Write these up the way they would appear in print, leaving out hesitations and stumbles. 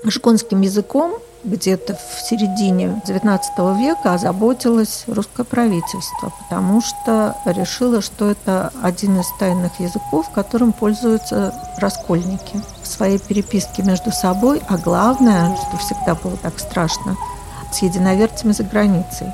Жгонским языком где-то в середине XIX века озаботилось русское правительство, потому что решило, что это один из тайных языков, которым пользуются раскольники в своей переписке между собой, а главное, что всегда было так страшно, с единоверцами за границей.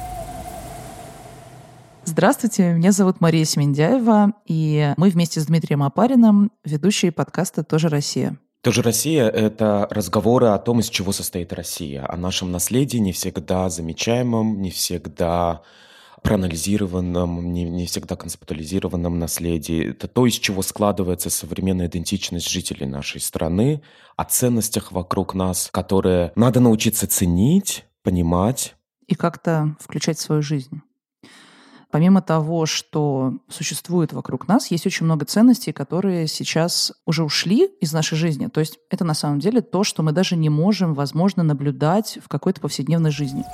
Здравствуйте, меня зовут Мария Семендяева, и мы вместе с Дмитрием Опариным ведущие подкаста «Тоже Россия». «Тоже Россия» — это разговоры о том, из чего состоит Россия, о нашем наследии, не всегда замечаемом, не всегда проанализированном, не всегда концептуализированном наследии. Это то, из чего складывается современная идентичность жителей нашей страны, о ценностях вокруг нас, которые надо научиться ценить, понимать. И как-то включать в свою жизнь. Помимо того, что существует вокруг нас, есть очень много ценностей, которые сейчас уже ушли из нашей жизни. То есть это на самом деле то, что мы даже не можем, возможно, наблюдать в какой-то повседневной жизни.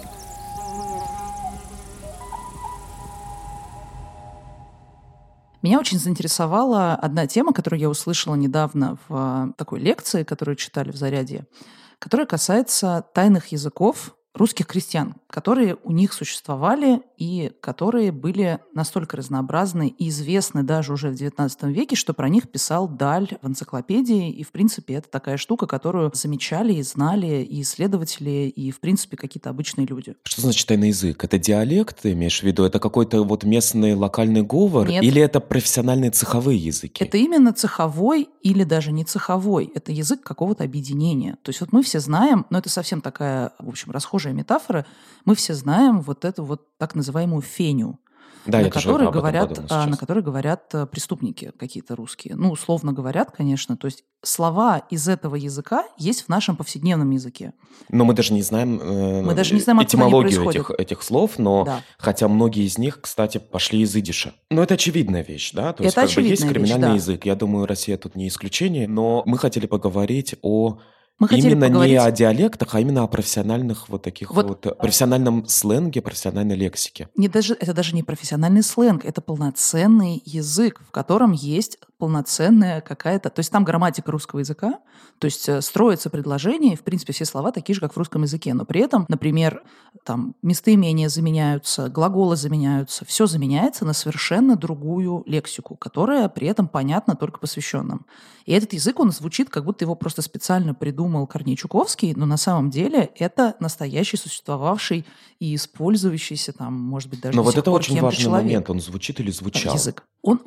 Меня очень заинтересовала одна тема, которую я услышала недавно в такой лекции, которую читали в «Зарядье», которая касается тайных языков русских крестьян, которые у них существовали и которые были настолько разнообразны и известны даже уже в XIX веке, что про них писал Даль в энциклопедии. И, в принципе, это такая штука, которую замечали и знали и исследователи, и, в принципе, какие-то обычные люди. Что значит тайный язык? Это диалект, ты имеешь в виду? Это какой-то вот местный локальный говор? Нет. Или это профессиональные цеховые языки? Это именно цеховой или даже не цеховой. Это язык какого-то объединения. То есть вот мы все знаем, но это совсем такая, в общем, расхожая метафора, мы все знаем вот эту вот так называемую феню, Да, на я тоже которой об этом говорят, подумал сейчас. на которой говорят преступники какие-то русские. Ну, условно говорят, конечно. То есть слова из этого языка есть в нашем повседневном языке. Но мы даже не знаем, Откуда они этимологию происходят. этих слов, но Да. хотя многие из них, кстати, пошли из идиша. Но это очевидная вещь, да? То есть Это как бы есть очевидная вещь, криминальный да. язык. Я думаю, Россия тут не исключение, но мы хотели поговорить Мы хотели именно не поговорить... о диалектах, а именно о профессиональных вот таких профессиональном сленге, профессиональной лексике. Это даже не профессиональный сленг, это полноценный язык, в котором есть полноценная какая-то... То есть там грамматика русского языка, то есть строится предложение, и, в принципе, все слова такие же, как в русском языке. Но при этом, например, там местоимения заменяются, глаголы заменяются, все заменяется на совершенно другую лексику, которая при этом понятна только посвященным. И этот язык, он звучит, как будто его просто специально придумал Корней Чуковский, но на самом деле это настоящий, существовавший и использующийся там, может быть, даже Но до вот сих это пор очень кем-то важный человек. момент. Он звучит или звучал? Язык.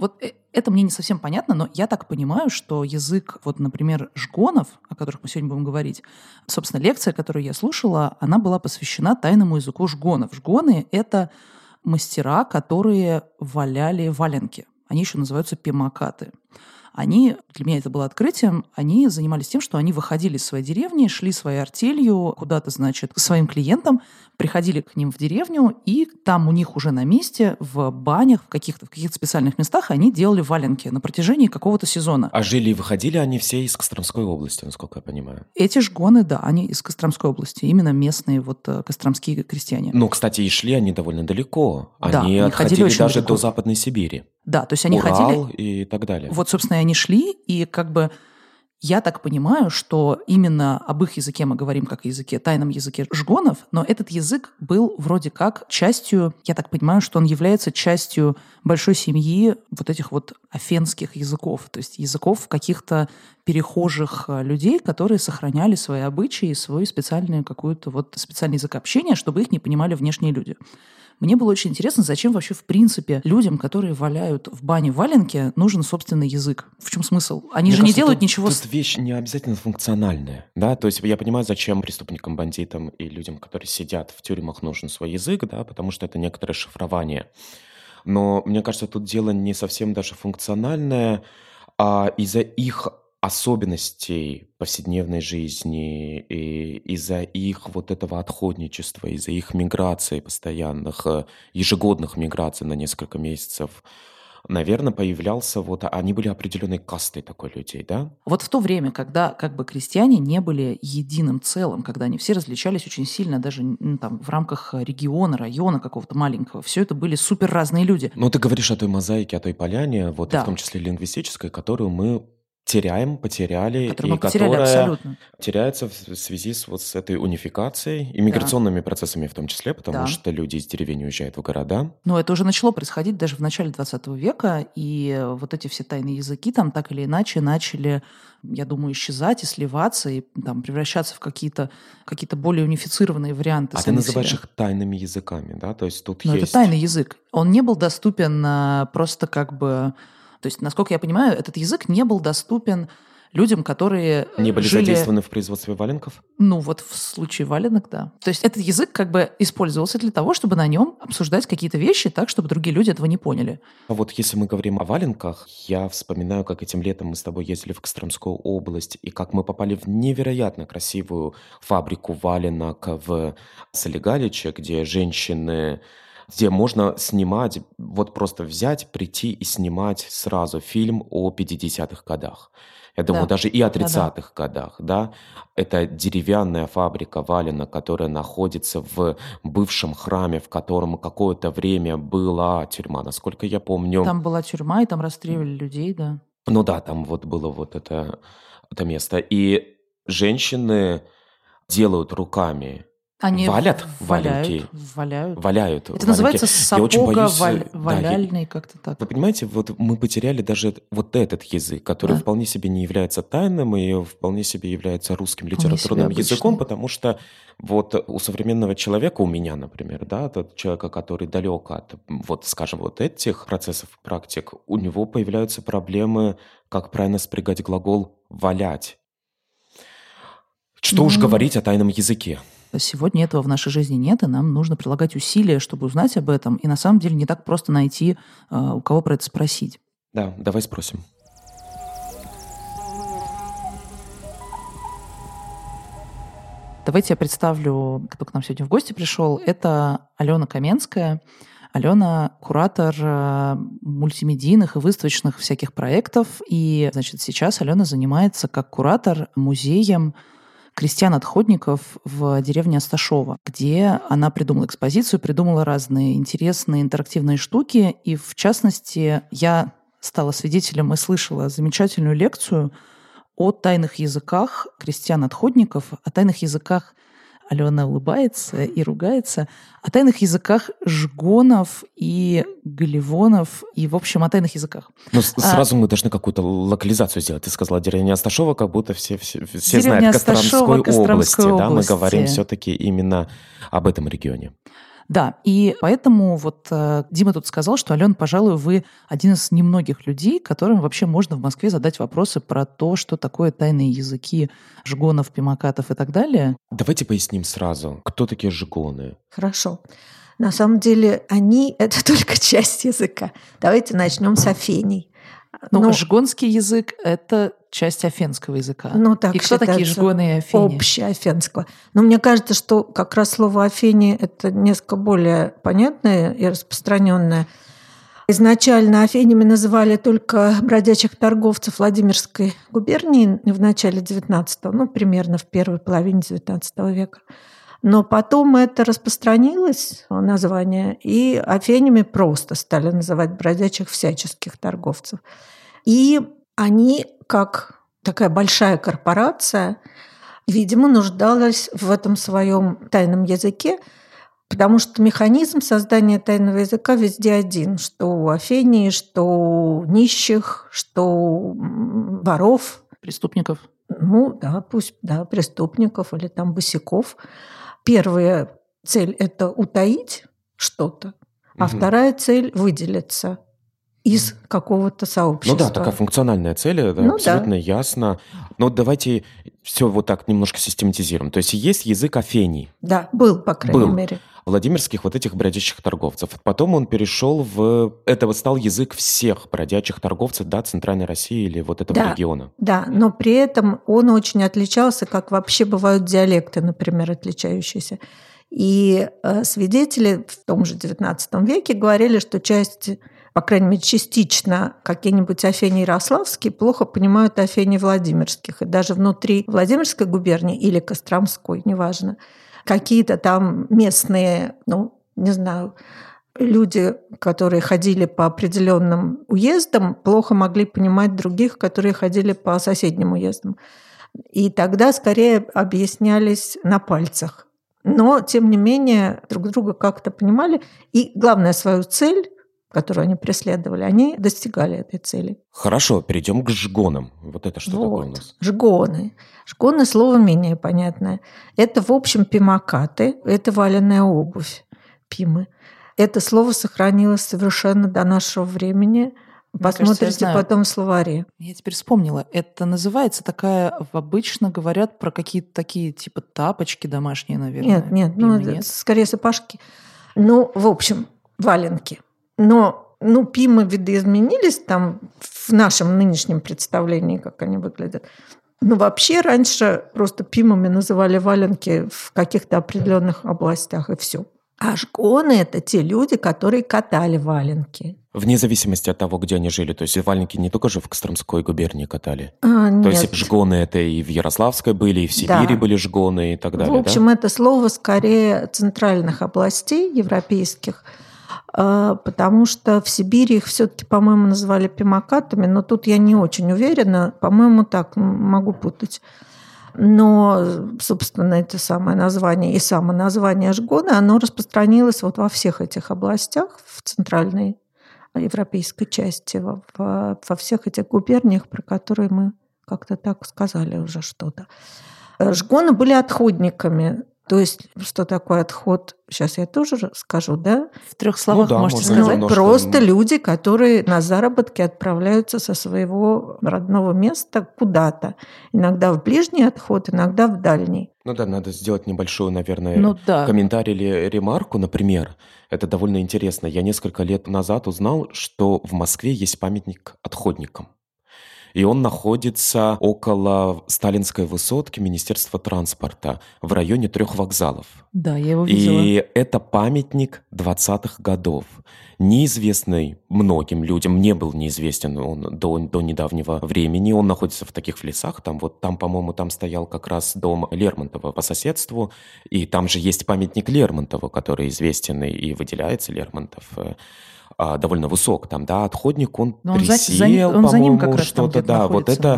Это мне не совсем понятно, но я так понимаю, что язык, вот, например, жгонов, о которых мы сегодня будем говорить, собственно, лекция, которую я слушала, она была посвящена тайному языку жгонов. Жгоны — это мастера, которые валяли валенки. Они еще называются пемакаты. Они, для меня это было открытием, они занимались тем, что они выходили из своей деревни, шли своей артелью куда-то, значит, к своим клиентам, приходили к ним в деревню, и там у них уже на месте, в банях, в каких-то специальных местах они делали валенки на протяжении какого-то сезона. А жили и выходили они все из Костромской области, насколько я понимаю. Эти жгоны, да, они из Костромской области, именно местные вот костромские крестьяне. Ну, кстати, и шли они довольно далеко. Да, Они они ходили отходили очень даже далеко. до Западной Сибири. Да, то есть они Урал ходили... и так далее. Вот, собственно, и они шли, и как бы я так понимаю, что именно об их языке мы говорим как о языке, тайном языке жгонов, но этот язык был вроде как частью, я так понимаю, что он является частью большой семьи вот этих вот афенских языков, то есть языков каких-то перехожих людей, которые сохраняли свои обычаи, свой специальный какой-то вот специальный язык общения, чтобы их не понимали внешние люди. Мне было очень интересно, зачем вообще в принципе людям, которые валяют в бане валенки, нужен собственный язык. В чем смысл? Они же не делают ничего... Тут вещь не обязательно функциональная. Да? То есть я понимаю, зачем преступникам, бандитам и людям, которые сидят в тюрьмах, нужен свой язык, да? Потому что это некоторое шифрование. Но мне кажется, тут дело не совсем даже функциональное, а из-за их особенностей повседневной жизни, и из-за их вот этого отходничества, из-за их миграций постоянных, ежегодных миграций на несколько месяцев, наверное, появлялся они были определенной кастой такой людей, да? Вот в то время, когда как бы крестьяне не были единым целым, когда они все различались очень сильно даже там, в рамках региона, района какого-то маленького, все это были супер разные люди. Ну, ты говоришь о той мозаике, о той поляне, Да. в том числе лингвистической, которую мы потеряли, Которую мы и потеряли которая абсолютно. теряется в связи с этой унификацией и Да. миграционными процессами в том числе, потому Да. что люди из деревень уезжают в города. Но это уже начало происходить даже в начале 20 века, и вот эти все тайные языки там так или иначе начали, я думаю, исчезать и сливаться, и там превращаться в какие-то более унифицированные варианты А ты самих называешь себя. их тайными языками, да? То есть тут Но это есть... тайный язык. Он не был доступен просто как бы... То есть, насколько я понимаю, этот язык не был доступен людям, которые Не были жили... задействованы в производстве валенков? Ну, вот в случае валенок, да. То есть этот язык как бы использовался для того, чтобы на нем обсуждать какие-то вещи так, чтобы другие люди этого не поняли. А вот если мы говорим о валенках, я вспоминаю, как этим летом мы с тобой ездили в Костромскую область, и как мы попали в невероятно красивую фабрику валенок в Солигаличе, где можно снимать, вот просто взять, прийти и снимать сразу фильм о 50-х годах. Я думаю, Да. даже и о Да-да. 30-х годах, да. Это деревянная фабрика валенок, которая находится в бывшем храме, в котором какое-то время была тюрьма, насколько я помню. Там была тюрьма, и там расстреливали людей, да. Ну да, там вот было вот это место. И женщины делают руками. Они Валят валяют. Валяют Это валенки. называется Я очень сапога боюсь, валяльный, как-то так. Вы понимаете, вот мы потеряли даже вот этот язык, который Да. вполне себе не является тайным и вполне себе является русским Вполне литературным себе языком, обычный. потому что вот у современного человека, у меня, например, да, тот человека, который далек от, вот, скажем, вот этих процессов и практик, у него появляются проблемы, как правильно спрягать глагол «валять». Что уж Ну, говорить о тайном языке. сегодня этого в нашей жизни нет, и нам нужно прилагать усилия, чтобы узнать об этом. И на самом деле не так просто найти, у кого про это спросить. Да, давай спросим. Давайте я представлю, кто к нам сегодня в гости пришел. Это Алена Каменская. Алена – куратор мультимедийных и выставочных всяких проектов. И, значит, сейчас Алена занимается как куратор музеем крестьян-отходников в деревне Асташово, где она придумала экспозицию, придумала разные интересные интерактивные штуки. И, в частности, я стала свидетелем и слышала замечательную лекцию о тайных языках крестьян-отходников, о тайных языках, Алена улыбается и ругается, о тайных языках жгонов и галивонов, и, в общем, о тайных языках. Ну, сразу мы должны какую-то локализацию сделать. Ты сказала деревня Асташова, как будто все Деревня знают Асташова, Костромской области. Да, мы области. говорим все-таки именно об этом регионе. Да, и поэтому вот Дима тут сказал, что, Алена, пожалуй, вы один из немногих людей, которым вообще можно в Москве задать вопросы про то, что такое тайные языки жгонов, пимакатов и так далее. Давайте поясним сразу, кто такие жгоны. Хорошо. На самом деле они – это только часть языка. Давайте начнем с афений. Ну, жгонский язык – это часть афенского языка. Ну, так и кто такие жгоны и афени? Общеофенского. Но мне кажется, что как раз слово афени – это несколько более понятное и распространенное. Изначально афенями называли только бродячих торговцев Владимирской губернии в начале XIX, примерно в первой половине XIX века. Но потом это распространилось, название, и афенями просто стали называть бродячих всяческих торговцев. И они, как такая большая корпорация, видимо, нуждалась в этом своем тайном языке, потому что механизм создания тайного языка везде один, что у афении, что у нищих, что у воров. Преступников. Преступников или там босяков. Первая цель – это утаить что-то, а вторая цель – выделиться из какого-то сообщества. Ну да, такая функциональная цель, абсолютно ясно. Но давайте все вот так немножко систематизируем. То есть есть язык афений. Да, был, по крайней мере. Владимирских вот этих бродячих торговцев. Потом он перешел это стал язык всех бродячих торговцев, да, Центральной России или вот этого региона. Да, но при этом он очень отличался, как вообще бывают диалекты, например, отличающиеся. И свидетели в том же XIX веке говорили, что по крайней мере, частично какие-нибудь афени ярославские плохо понимают афени владимирских. И даже внутри Владимирской губернии или Костромской, неважно, какие-то там местные, люди, которые ходили по определенным уездам, плохо могли понимать других, которые ходили по соседним уездам. И тогда скорее объяснялись на пальцах. Но, тем не менее, друг друга как-то понимали. И, главное, свою цель, которую они преследовали, они достигали этой цели. Хорошо, перейдем к жгонам. Вот это что такое у нас? Жгоны. Жгоны – слово менее понятное. Это, в общем, пимакаты, это валеная обувь, пимы. Это слово сохранилось совершенно до нашего времени. Посмотрите потом в словаре. Я теперь вспомнила. Это называется такая, обычно говорят про какие-то такие типа тапочки домашние, наверное. Нет, нет? Скорее сапожки. В общем, валенки. Но пимы видоизменились там в нашем нынешнем представлении, как они выглядят. Но вообще раньше просто пимами называли валенки в каких-то определенных областях, и все. А жгоны – это те люди, которые катали валенки. Вне зависимости от того, где они жили. То есть валенки не только же в Костромской губернии катали? Нет. То есть жгоны это и в Ярославской были, и в Сибири были жгоны и так далее, В общем, это слово скорее центральных областей европейских, потому что в Сибири их все-таки, по-моему, называли пимакатами, но тут я не очень уверена. По-моему, так, могу путать. Но, собственно, это самое название и само название жгона, оно распространилось вот во всех этих областях, в центральной европейской части, во всех этих губерниях, про которые мы как-то так сказали уже что-то. Жгоны были отходниками. То есть, что такое отход, сейчас я тоже скажу, да? В 3 словах можете сказать? Просто люди, которые на заработки отправляются со своего родного места куда-то. Иногда в ближний отход, иногда в дальний. Надо сделать небольшую, наверное, комментарий или ремарку. Например, это довольно интересно. Я несколько лет назад узнал, что в Москве есть памятник отходникам. И он находится около Сталинской высотки Министерства транспорта в районе 3 вокзалов. Да, я его видела. И это памятник 20-х годов. Неизвестный многим людям, не был неизвестен он до недавнего времени. Он находится в таких лесах. Там, по-моему, там стоял как раз дом Лермонтова по соседству. И там же есть памятник Лермонтову, который известен и выделяется Лермонтов. Довольно высок там, да, отходник, он присел, он за ним как по-моему, раз что-то, да, вот это.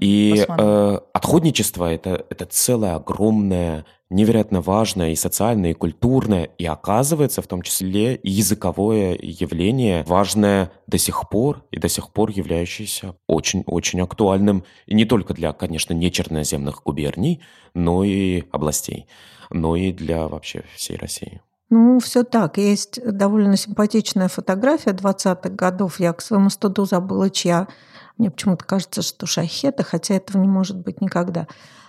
И отходничество это целое огромное, невероятно важное и социальное, и культурное, и оказывается в том числе и языковое явление, важное до сих пор являющееся очень-очень актуальным, и не только для, конечно, нечерноземных губерний, но и областей, но и для вообще всей России. Все так. Есть довольно симпатичная фотография 20-х годов. Я к своему стыду забыла, чья. Мне почему-то кажется, что Шахета, хотя этого не может быть никогда.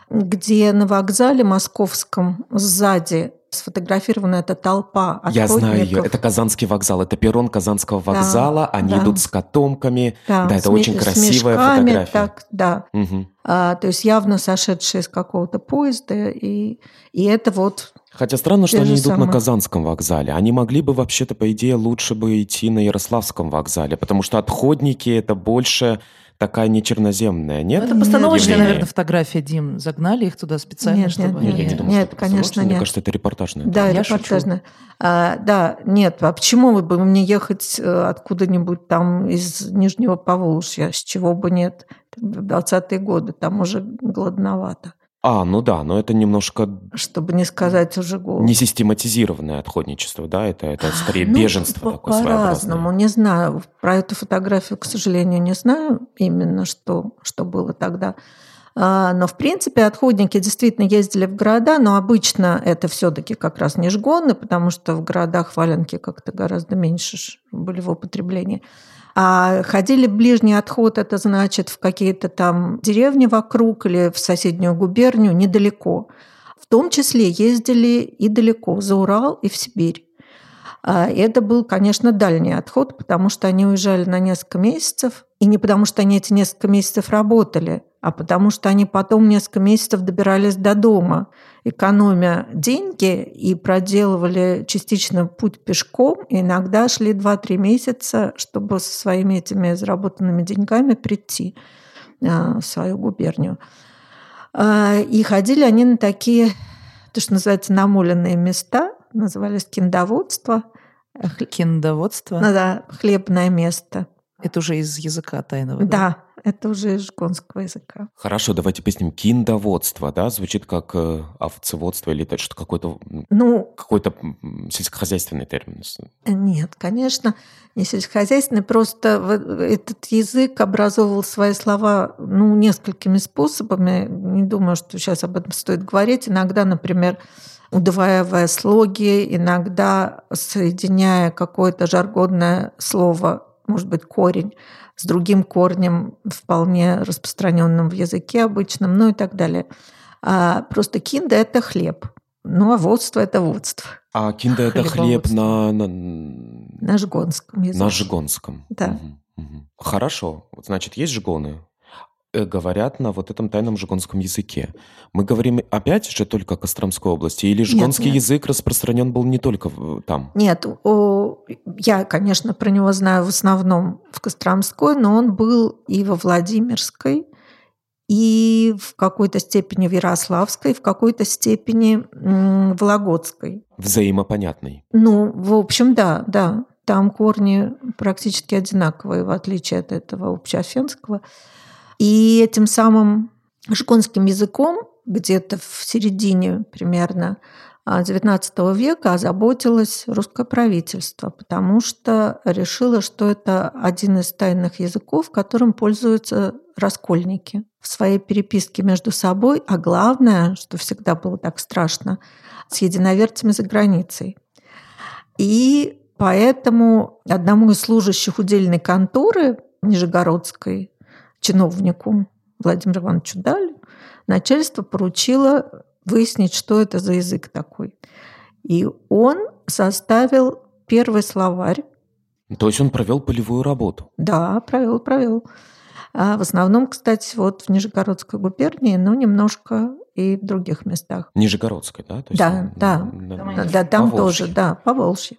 Где на вокзале московском сзади сфотографирована эта толпа отходников. Я знаю ее. Это Казанский вокзал. Это перрон Казанского вокзала. Они идут с котомками. Да, это очень красивая фотография. Так, да. Угу. То есть явно сошедшие из какого-то поезда. И это вот... Хотя странно, что они идут на Казанском вокзале. Они могли бы, вообще-то, по идее, лучше бы идти на Ярославском вокзале, потому что отходники – это больше такая нечерноземная, нет? Это постановочная, наверное, фотография, Дим. Загнали их туда специально, чтобы... Нет, конечно, нет. Мне кажется, это репортажная. Да, репортажная. Да, нет, а почему бы мне ехать откуда-нибудь там из Нижнего Поволжья? С чего бы нет? 20-е годы, там уже голодновато. Но это немножко... Чтобы не сказать уже голод. Несистематизированное отходничество, да? Это скорее беженство такое своеобразное. По-разному, не знаю. Про эту фотографию, к сожалению, не знаю именно, что было тогда. Но, в принципе, отходники действительно ездили в города, но обычно это все-таки как раз не жгоны, потому что в городах валенки как-то гораздо меньше были в употреблении. А ходили в ближний отход, это значит в какие-то там деревни вокруг или в соседнюю губернию, недалеко. В том числе ездили и далеко, за Урал и в Сибирь. Это был, конечно, дальний отход, потому что они уезжали на несколько месяцев. И не потому, что они эти несколько месяцев работали, а потому что они потом несколько месяцев добирались до дома, экономя деньги, и проделывали частично путь пешком, и иногда шли 2-3 месяца, чтобы со своими этими заработанными деньгами прийти в свою губернию. И ходили они на такие, то, что называется, намоленные места, назывались киндоводства. Киндоводство? Ну да, хлебное место. Это уже из языка тайного, да? Да, это уже из жгонского языка. Хорошо, давайте поясним. Киндоводство, да, звучит как овцеводство или это что-то какой-то сельскохозяйственный термин. Нет, конечно, не сельскохозяйственный, просто этот язык образовывал свои слова несколькими способами. Не думаю, что сейчас об этом стоит говорить. Иногда, например, удваивая слоги, иногда соединяя какое-то жаргонное слово, может быть, корень, с другим корнем, вполне распространенным в языке обычном, и так далее. Просто кинда – это хлеб, а водство – это водство. А кинда – это хлеб на жгонском языке. На жгонском. Да. Угу. Хорошо. Вот, значит, есть жгоны, говорят на вот этом тайном жгонском языке. Мы говорим опять же только о Костромской области? Или жгонский язык распространен был не только там? Нет, я, конечно, про него знаю в основном в Костромской, но он был и во Владимирской, и в какой-то степени в Ярославской, в какой-то степени в Вологодской. Взаимопонятный. В общем, да. Там корни практически одинаковые, в отличие от этого общеофенского. И этим самым жгонским языком где-то в середине примерно XIX века озаботилось русское правительство, потому что решило, что это один из тайных языков, которым пользуются раскольники в своей переписке между собой, а главное, что всегда было так страшно, с единоверцами за границей. И поэтому одному из служащих удельной конторы нижегородской, чиновнику Владимиру Ивановичу Далю, начальство поручило выяснить, что это за язык такой. И он составил первый словарь. То есть он провел полевую работу? Да, провел. В основном, кстати, в Нижегородской губернии, но немножко и в других местах. Нижегородской, да? То есть да, там тоже, да, Поволжье.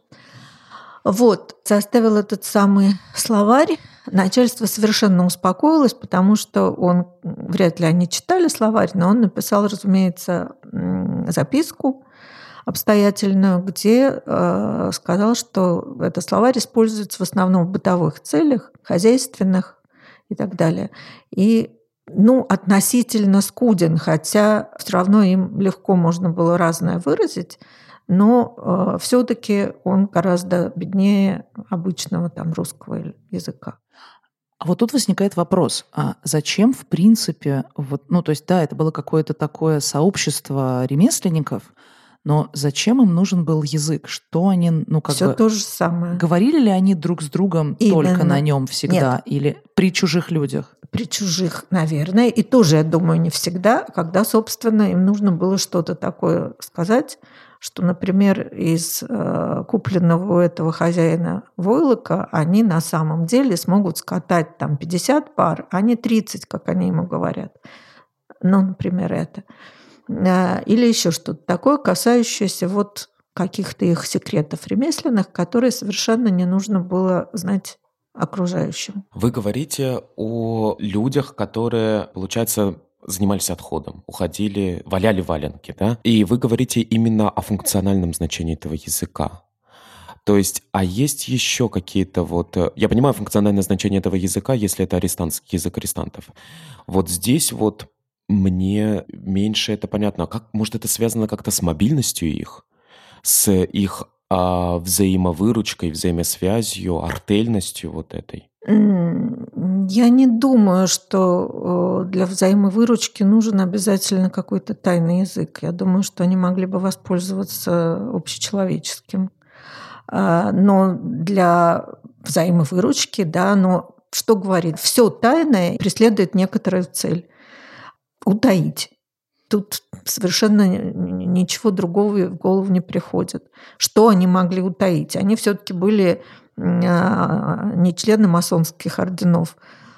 Составил этот самый словарь. Начальство совершенно успокоилось, потому что вряд ли они читали словарь, но он написал, разумеется, записку обстоятельную, где сказал, что этот словарь используется в основном в бытовых целях, хозяйственных и так далее. И относительно скуден, хотя все равно им легко можно было разное выразить, но все-таки он гораздо беднее обычного русского языка. А вот тут возникает вопрос, а зачем, в принципе, то есть, да, это было какое-то такое сообщество ремесленников, но зачем им нужен был язык? Что они, Все то же самое. Говорили ли они друг с другом только на нем всегда? Нет. Или при чужих людях? При чужих, наверное. И тоже, я думаю, не всегда, когда, собственно, им нужно было что-то такое сказать, что, например, из купленного у этого хозяина войлока они на самом деле смогут скатать 50 пар, а не 30, как они ему говорят. Например, это. Или еще что-то такое, касающееся каких-то их секретов ремесленных, которые совершенно не нужно было знать окружающим. Вы говорите о людях, которые, получается, занимались отходом, уходили, валяли валенки, да? И вы говорите именно о функциональном значении этого языка. То есть, а есть еще какие-то я понимаю функциональное значение этого языка, если это арестантский язык арестантов. Здесь мне меньше это понятно. Может, это связано как-то с мобильностью их, с их взаимовыручкой, взаимосвязью, артельностью этой? Я не думаю, что для взаимовыручки нужен обязательно какой-то тайный язык. Я думаю, что они могли бы воспользоваться общечеловеческим. Но для взаимовыручки, да, но что говорит? Все тайное преследует некоторую цель. Утаить. Тут совершенно ничего другого в голову не приходит. Что они могли утаить? Они все-таки были не члены масонских орденов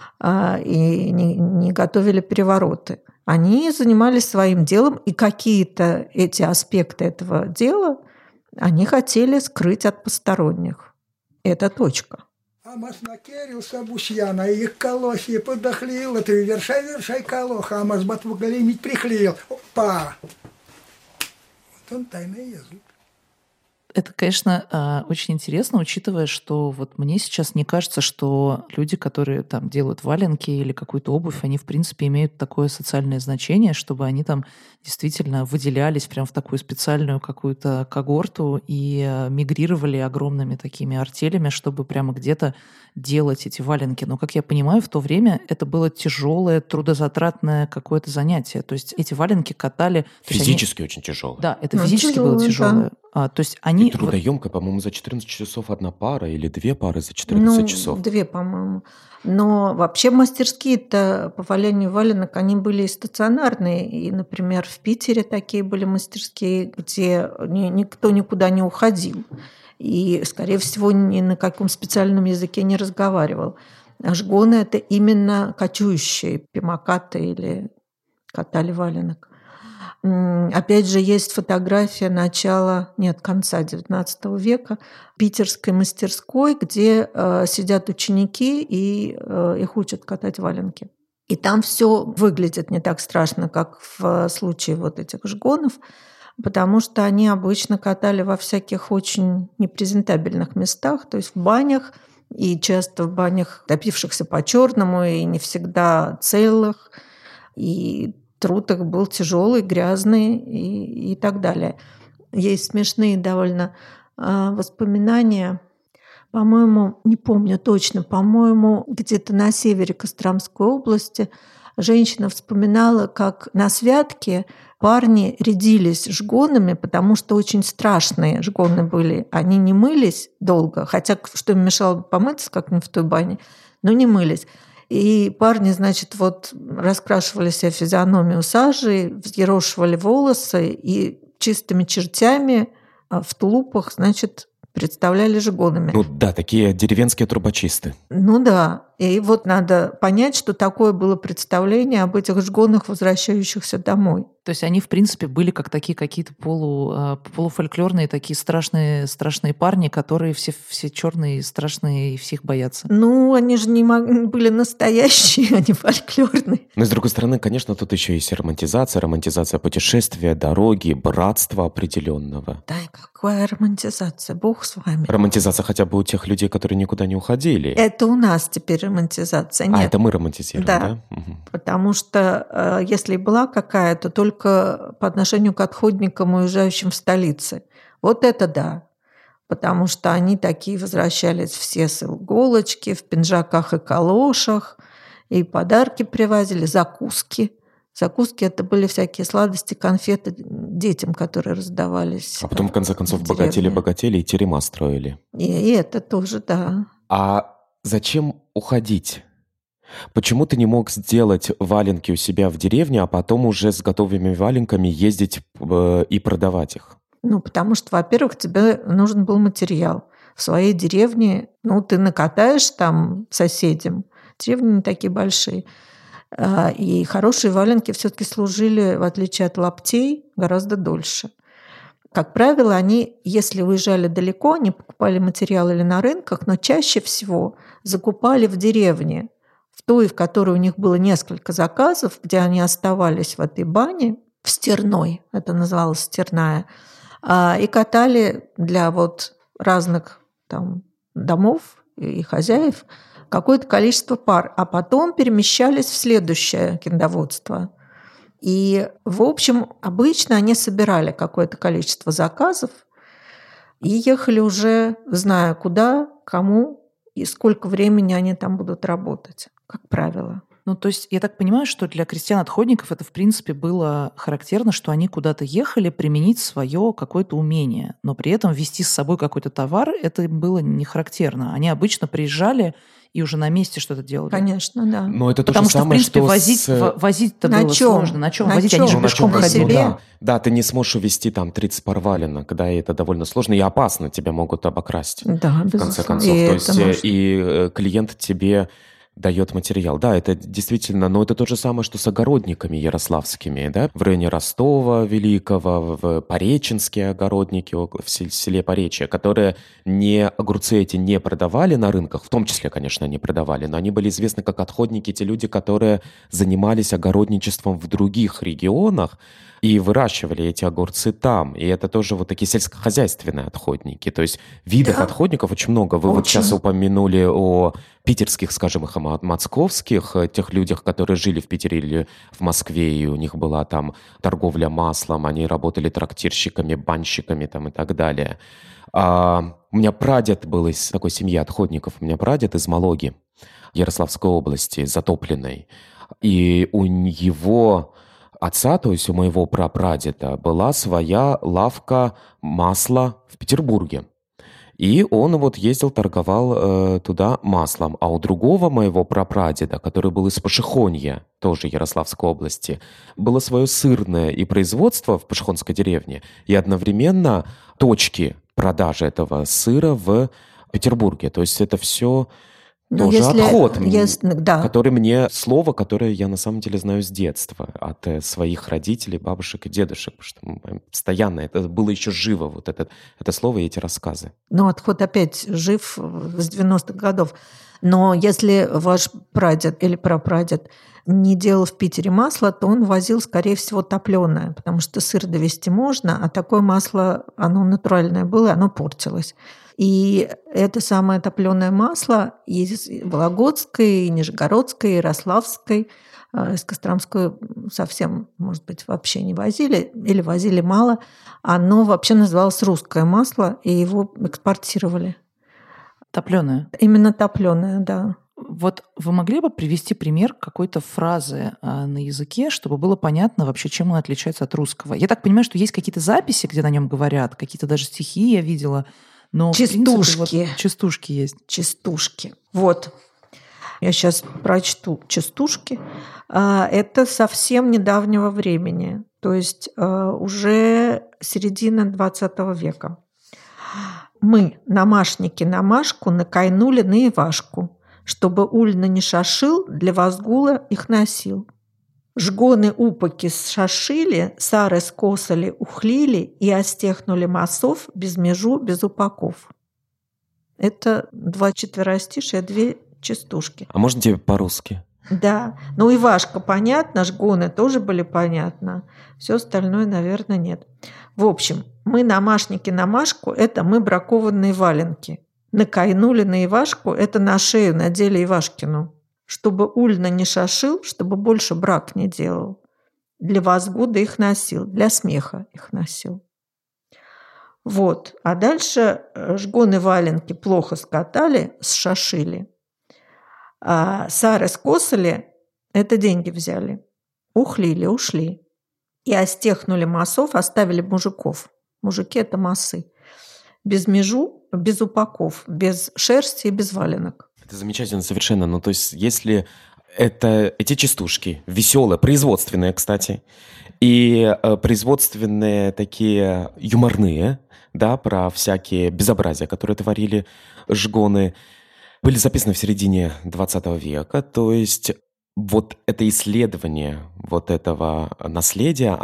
и не готовили перевороты. Они занимались своим делом, и какие-то эти аспекты этого дела они хотели скрыть от посторонних. Это точка. Амас накерился бусьяна, и их колохи подохлил, ты вершай колоха, амас батву големить прихлил. Опа! Он тайный язык. Это, конечно, очень интересно, учитывая, что вот мне сейчас не кажется, что люди, которые там делают валенки или какую-то обувь, они, в принципе, имеют такое социальное значение, чтобы они там действительно выделялись прям в такую специальную какую-то когорту и мигрировали огромными такими артелями, чтобы прямо где-то делать эти валенки. Но, как я понимаю, в то время это было тяжелое, трудозатратное какое-то занятие. То есть эти валенки катали... Физически очень тяжело. Да, это физически было тяжелое. Да. То есть они... И трудоемко, по-моему, за 14 часов одна пара или 2 пары за 14 часов. 2, по-моему. Но вообще мастерские-то по валянию валенок, они были и стационарные. И, например, в Питере такие были мастерские, где никто никуда не уходил. И, скорее всего, ни на каком специальном языке не разговаривал. А жгоны – это именно кочующие, пимакаты или катали валенок. Опять же, есть фотография конца XIX века питерской мастерской, где сидят ученики и их учат катать валенки. И там все выглядит не так страшно, как в случае вот этих жгонов, потому что они обычно катали во всяких очень непрезентабельных местах, то есть в банях, и часто в банях, топившихся по-черному, и не всегда целых, и труд их был тяжелый, грязный и так далее. Есть смешные довольно воспоминания. По-моему, не помню точно, по-моему, где-то на севере Костромской области женщина вспоминала, как на святке парни рядились жгонами, потому что очень страшные жгоны были. Они не мылись долго, хотя что им мешало помыться, как не в той бане, но не мылись. И парни, значит, вот раскрашивали себе физиономию сажей, взъерошивали волосы и чистыми чертями в тулупах, значит, представляли жгонами. Ну да, такие деревенские трубочисты. Ну да. И вот надо понять, что такое было представление об этих жгонах, возвращающихся домой. То есть они, в принципе, были как такие какие-то полуфольклорные, такие страшные парни, которые все черные, страшные и всех боятся. Ну, они же не были настоящие, а не фольклорные. Но, с другой стороны, конечно, тут еще есть романтизация путешествия, дороги, братства определенного. Да, и какая романтизация? Бог с вами. Романтизация хотя бы у тех людей, которые никуда не уходили. Это у нас теперь романтизация. Нет. Это мы романтизируем, да? Угу. Потому что если и была какая-то, только по отношению к отходникам, уезжающим в столицы. Вот это да. Потому что они такие возвращались все с иголочки, в пинжаках и калошах, и подарки привозили, закуски. Закуски – это были всякие сладости, конфеты детям, которые раздавались. А потом, в конце концов, богатели и терема строили. И это тоже, да. А зачем уходить? Почему ты не мог сделать валенки у себя в деревне, а потом уже с готовыми валенками ездить и продавать их? Ну, потому что, во-первых, тебе нужен был материал. В своей деревне, ты накатаешь там соседям. Деревни не такие большие. И хорошие валенки все-таки служили, в отличие от лаптей, гораздо дольше. Как правило, они, если уезжали далеко, они покупали материал или на рынках, но чаще всего закупали в деревне, в той, в которой у них было несколько заказов, где они оставались в этой бане, в Стерной, это называлось Стерная, и катали для вот разных там домов и хозяев какое-то количество пар, а потом перемещались в следующее киндоводство. И, в общем, обычно они собирали какое-то количество заказов и ехали уже, зная куда, кому и сколько времени они там будут работать, как правило. Ну, то есть я так понимаю, что для крестьян-отходников это, в принципе, было характерно, что они куда-то ехали применить свое какое-то умение, но при этом везти с собой какой-то товар это было не характерно. Они обычно приезжали и уже на месте что-то делали. Конечно, да. Но это потому что, в принципе, что возить-то на было чем? сложно. На чем На возить? чем? Они же пешком ходили. Да, ты не сможешь увезти там 30 пар валенок, да, и это довольно сложно и опасно, тебя могут обокрасть. Да, в конце концов. И клиент тебе дает материал. Да, это действительно, но это то же самое, что с огородниками ярославскими, да, в районе Ростова Великого, в Пореченские огородники, в селе Поречье, которые огурцы эти не продавали на рынках, в том числе, конечно, они продавали, но они были известны как отходники, те люди, которые занимались огородничеством в других регионах, и выращивали эти огурцы там. И это тоже вот такие сельскохозяйственные отходники. То есть видов отходников очень много. Вы вот сейчас упомянули о питерских, скажем, их, московских, тех людях, которые жили в Питере или в Москве, и у них была там торговля маслом, они работали трактирщиками, банщиками там и так далее. У меня прадед был из такой семьи отходников. У меня прадед из Малоги, Ярославской области, затопленной. И у его отца, то есть у моего прапрадеда, была своя лавка масла в Петербурге. И он вот ездил, торговал туда маслом. А у другого моего прапрадеда, который был из Пашихонья, тоже Ярославской области, было свое сырное и производство в Пашихонской деревне, и одновременно точки продажи этого сыра в Петербурге. То есть это все тоже отход, слово, которое я на самом деле знаю с детства, от своих родителей, бабушек и дедушек, потому что мы постоянно, это было еще живо, вот это слово и эти рассказы. Ну, отход опять жив с 90-х годов. Но если ваш прадед или прапрадед не делал в Питере масло, то он возил, скорее всего, топленое, потому что сыр довести можно, а такое масло, оно натуральное было, оно портилось. И это самое топленое масло из Вологодской, Нижегородской, Ярославской, из Костромской совсем, может быть, вообще не возили или возили мало. Оно вообще называлось русское масло, и его экспортировали. Топленое? Именно топленое, да. Вот вы могли бы привести пример какой-то фразы на языке, чтобы было понятно вообще, чем он отличается от русского? Я так понимаю, что есть какие-то записи, где на нем говорят, какие-то даже стихи я видела. Но, частушки. В принципе, вот частушки есть. Частушки. Вот. Я сейчас прочту частушки. Это совсем недавнего времени. То есть уже середина 20 века. Мы, намашники на Машку, накайнули на Ивашку, чтобы ульно не шашил, для возгула их носил. Жгоны упаки сшашили, сары скосали, ухлили и остехнули массов без межу, без упаков. Это 2 четверостишия, 2 частушки. А можно тебе по-русски? Да. Ну, Ивашка понятно, жгоны тоже были понятно. Все остальное, наверное, нет. В общем, мы намашники на Машку – это мы бракованные валенки. Накайнули на Ивашку – это на шею надели Ивашкину. Чтобы ульно не шашил, чтобы больше брак не делал. Для возгуда их носил, для смеха их носил. Вот. А дальше жгоны валенки плохо скатали, сшашили. А сары скосали, это деньги взяли. Ухлили, ушли. И остехнули массов, оставили мужиков. Мужики – это массы. Без межу, без упаков, без шерсти и без валенок. Это замечательно совершенно. Ну, то есть, если эти частушки веселые, производственные, кстати, и производственные такие юморные, да, про всякие безобразия, которые творили жгоны, были записаны в середине 20 века. То есть, вот это исследование вот этого наследия,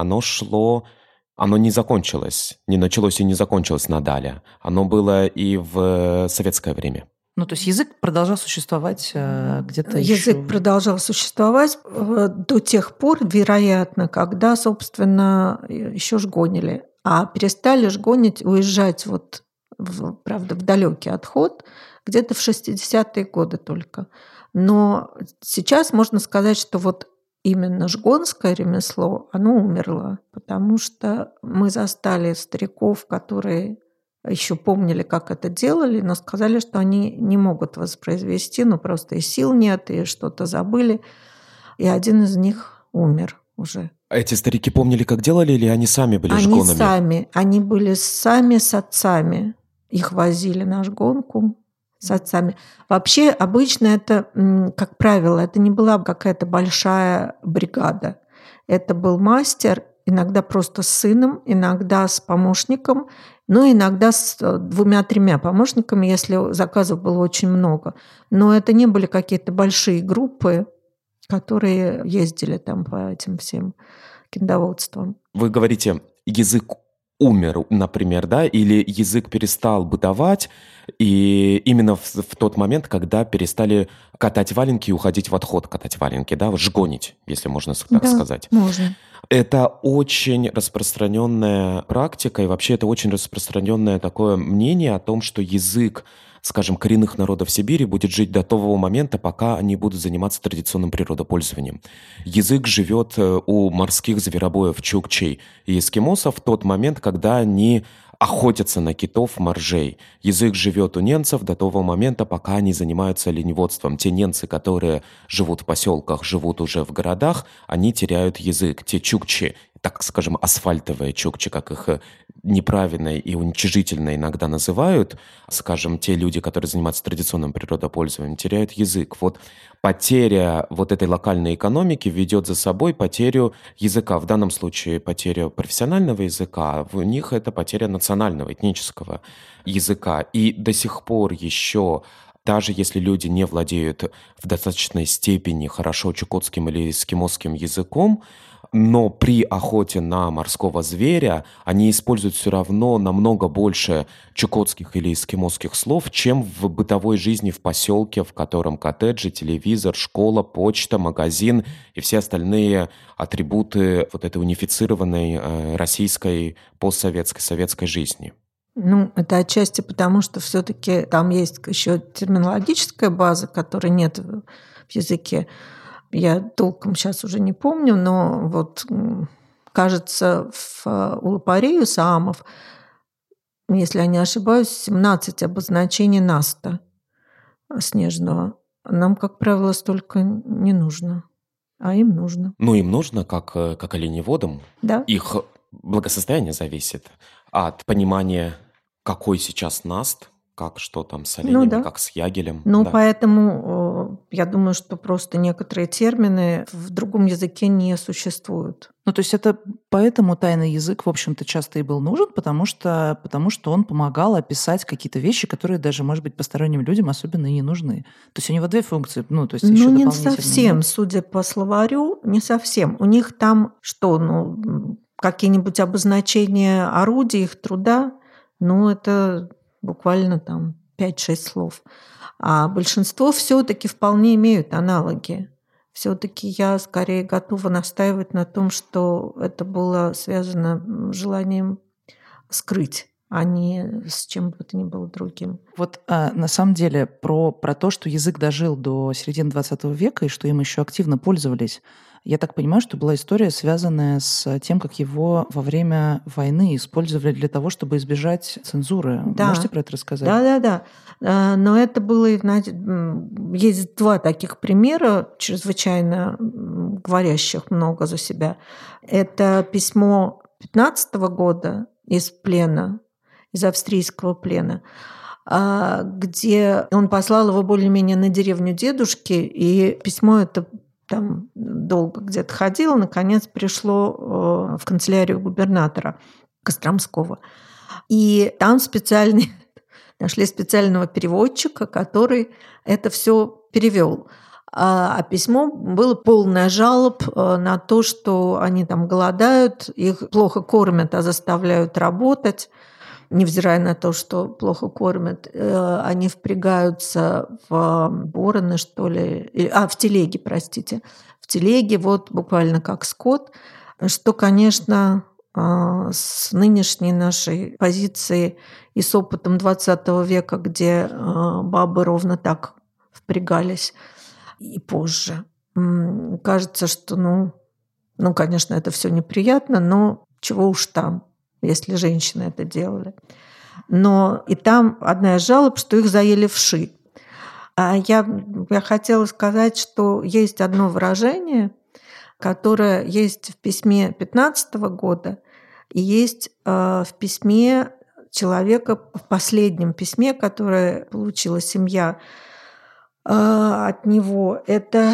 оно не закончилось, не началось и не закончилось надале. Оно было и в советское время. Ну, то есть язык продолжал существовать где-то Язык продолжал существовать до тех пор, вероятно, когда, собственно, еще жгонили. А перестали жгонить, уезжать правда, в далекий отход где-то в 60-е годы только. Но сейчас можно сказать, что вот именно жгонское ремесло, оно умерло, потому что мы застали стариков, которые еще помнили, как это делали, но сказали, что они не могут воспроизвести, просто и сил нет, и что-то забыли. И один из них умер уже. А эти старики помнили, как делали, или они сами были жгонами? Они сами. Они были сами с отцами. Их возили на жгонку с отцами. Вообще, обычно это, как правило, это не была какая-то большая бригада. Это был мастер, иногда просто с сыном, иногда с помощником, иногда с 2-3 помощниками, если заказов было очень много. Но это не были какие-то большие группы, которые ездили там по этим всем киндоводствам. Вы говорите, язык умер, например, да, или язык перестал бытовать, и именно в тот момент, когда перестали катать валенки и уходить в отход катать валенки, да, вот жгонить, если можно так Да, сказать. можно. Это очень распространенная практика, и вообще это очень распространенное такое мнение о том, что язык, скажем, коренных народов Сибири будет жить до того момента, пока они будут заниматься традиционным природопользованием. Язык живет у морских зверобоев чукчей и эскимосов в тот момент, когда они охотятся на китов, моржей. Язык живет у ненцев до того момента, пока они занимаются оленеводством. Те ненцы, которые живут в поселках, живут уже в городах, они теряют язык. Те чукчи, так скажем, асфальтовые чукчи, как их неправильно и уничижительно иногда называют, скажем, те люди, которые занимаются традиционным природопользованием, теряют язык. Вот потеря вот этой локальной экономики ведет за собой потерю языка. В данном случае потеря профессионального языка, в них это потеря национального, этнического языка. И до сих пор еще, даже если люди не владеют в достаточной степени хорошо чукотским или эскимосским языком, но при охоте на морского зверя они используют все равно намного больше чукотских или эскимосских слов, чем в бытовой жизни в поселке, в котором коттеджи, телевизор, школа, почта, магазин и все остальные атрибуты вот этой унифицированной российской постсоветской советской жизни. Ну, это отчасти потому, что все-таки там есть еще терминологическая база, которой нет в языке. Я толком сейчас уже не помню, но вот, кажется, в Улупарею Саамов, если я не ошибаюсь, 17 обозначений наста снежного. Нам, как правило, столько не нужно, а им нужно. Ну, им нужно, как оленеводам. Да? Их благосостояние зависит от понимания, какой сейчас наст, как что там с оленями, да. как с ягелем. Ну, Да. поэтому я думаю, что просто некоторые термины в другом языке не существуют. Ну, то есть это поэтому тайный язык, в общем-то, часто и был нужен, потому что он помогал описать какие-то вещи, которые даже, может быть, посторонним людям особенно и не нужны. То есть у него две функции, то есть еще не дополнительные. совсем, нет? судя по словарю, не совсем. У них там что, какие-нибудь обозначения орудий их труда, это буквально там 5-6 слов. А большинство все-таки вполне имеют аналоги. Все-таки я скорее готова настаивать на том, что это было связано с желанием скрыть, а не с чем бы то ни было другим. Вот на самом деле про то, что язык дожил до середины 20 века и что им еще активно пользовались, я так понимаю, что была история, связанная с тем, как его во время войны использовали для того, чтобы избежать цензуры. Да. Можете про это рассказать? Да. Но это было... Есть два таких примера, чрезвычайно говорящих много за себя. Это письмо 15 года из плена, из австрийского плена, где он послал его более-менее на деревню дедушки, и письмо это там долго где-то ходило, наконец пришло в канцелярию губернатора Костромского. И там нашли специального переводчика, который это все перевел. А письмо было полное жалоб на то, что они там голодают, их плохо кормят, а заставляют работать. Невзирая на то, что плохо кормят, они впрягаются в бороны, что ли, в телеги, простите. В телеге, вот буквально как скот, что, конечно, с нынешней нашей позиции и с опытом 20 века, где бабы ровно так впрягались и позже. Кажется, что, конечно, это все неприятно, но чего уж там, если женщины это делали. Но и там одна из жалоб, что их заели вши. А я хотела сказать, что есть одно выражение, которое есть в письме 15 года и есть в письме человека, в последнем письме, которое получила семья от него. Это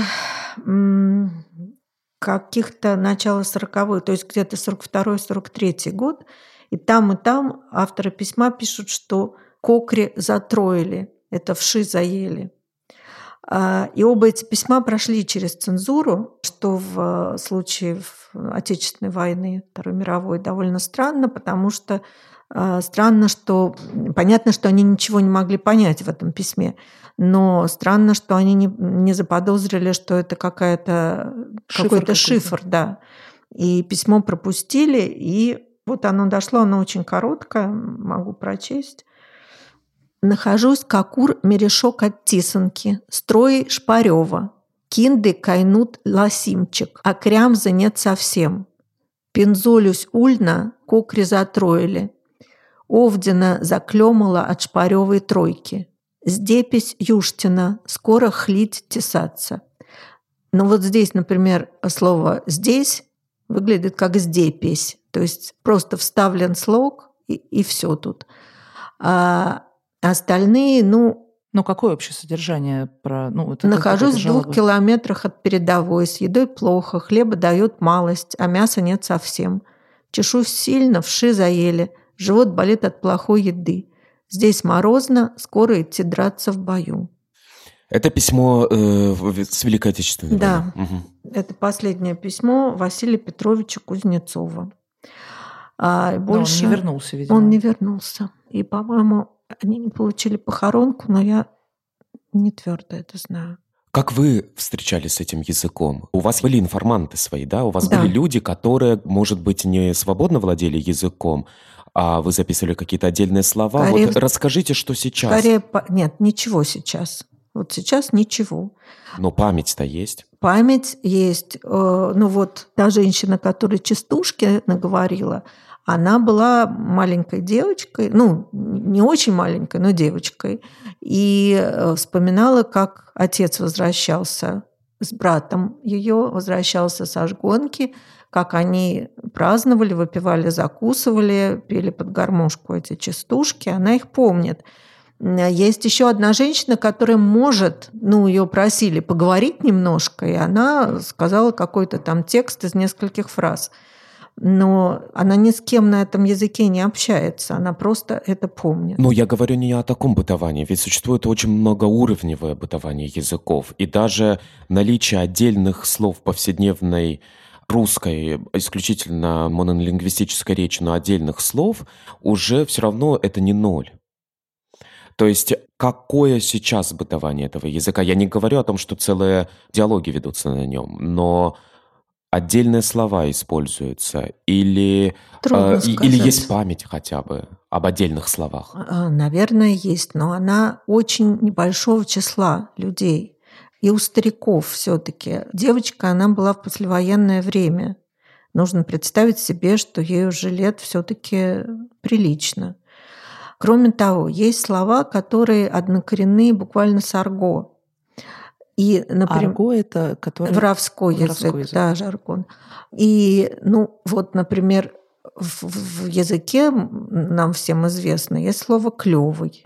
каких-то начала 40-х, то есть где-то 42-43 год. И там авторы письма пишут, что кокри затроили, это вши заели. И оба эти письма прошли через цензуру, что в случае Отечественной войны, Второй мировой, довольно странно, потому что странно, что понятно, что они ничего не могли понять в этом письме, но странно, что они не заподозрили, что это какой-то шифр, да. И письмо пропустили, и вот оно дошло, оно очень короткое, могу прочесть. «Нахожусь, какур мерешок от тисанки, строй Шпарева, кинды кайнут ласимчик, а крямза нет совсем. Пензолюсь ульна, кокри затроили. Овдина заклемала от Шпаревой тройки. Здепись Юштина, скоро хлить тесаться». Но вот здесь, например, слово «здесь» выглядит как «здепись», то есть просто вставлен слог, и все тут. А остальные, какое общее содержание? Нахожусь в 2 километрах от передовой, с едой плохо, хлеба дают малость, а мяса нет совсем. Чешусь сильно, вши заели, живот болит от плохой еды. Здесь морозно, скоро идти драться в бою. Это письмо с Великой Отечественной войны. Да, угу. Это последнее письмо Василия Петровича Кузнецова. Но он не вернулся, видимо. Он не вернулся. И, по-моему, они не получили похоронку, но я не твердо это знаю. Как вы встречались с этим языком? У вас были информанты свои, да? У вас были люди, которые, может быть, не свободно владели языком, а вы записывали какие-то отдельные слова. Вот расскажите, что сейчас. Нет, ничего сейчас. Вот сейчас ничего. Но память-то есть. Память есть. Та женщина, которая частушки наговорила, она была маленькой девочкой, не очень маленькой, но девочкой, и вспоминала, как отец возвращался с братом ее, возвращался со шгонки, как они праздновали, выпивали, закусывали, пели под гармошку эти частушки, она их помнит. Есть еще одна женщина, которая может, ее просили поговорить немножко, и она сказала какой-то там текст из нескольких фраз. Но она ни с кем на этом языке не общается, она просто это помнит. Но я говорю не о таком бытовании, ведь существует очень многоуровневое бытование языков, и даже наличие отдельных слов повседневной русской, исключительно монолингвистической речи, но отдельных слов, уже все равно это не ноль. То есть какое сейчас бытование этого языка? Я не говорю о том, что целые диалоги ведутся на нем, но отдельные слова используются или есть память хотя бы об отдельных словах? Наверное, есть, но она очень небольшого числа людей. И у стариков все-таки. Девочка, она была в послевоенное время. Нужно представить себе, что ей уже лет все-таки прилично. Кроме того, есть слова, которые однокоренные буквально с арго. И, например, арго – это воровской язык, да, жаргон. И, например, в языке нам всем известно есть слово «клёвый».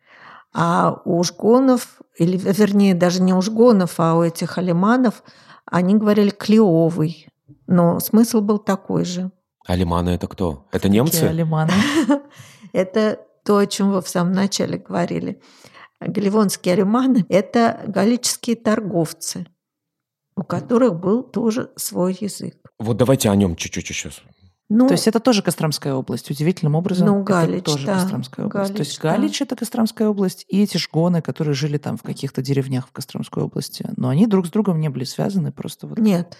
А у жгонов, или, вернее, даже не у жгонов, а у этих алиманов, они говорили «клеовый». Но смысл был такой же. Алиманы – это кто? Это немцы? Какие алиманы? Это то, о чем вы в самом начале говорили. Галивонские алиманы – это галлические торговцы, у которых был тоже свой язык. Вот давайте о нем чуть-чуть еще. То есть это тоже Костромская область. Удивительным образом Галич, это тоже да, Костромская область. Галич, то есть Галич – это Костромская область, и эти жгоны, которые жили там в каких-то деревнях в Костромской области. Но они друг с другом не были связаны просто вот. Нет,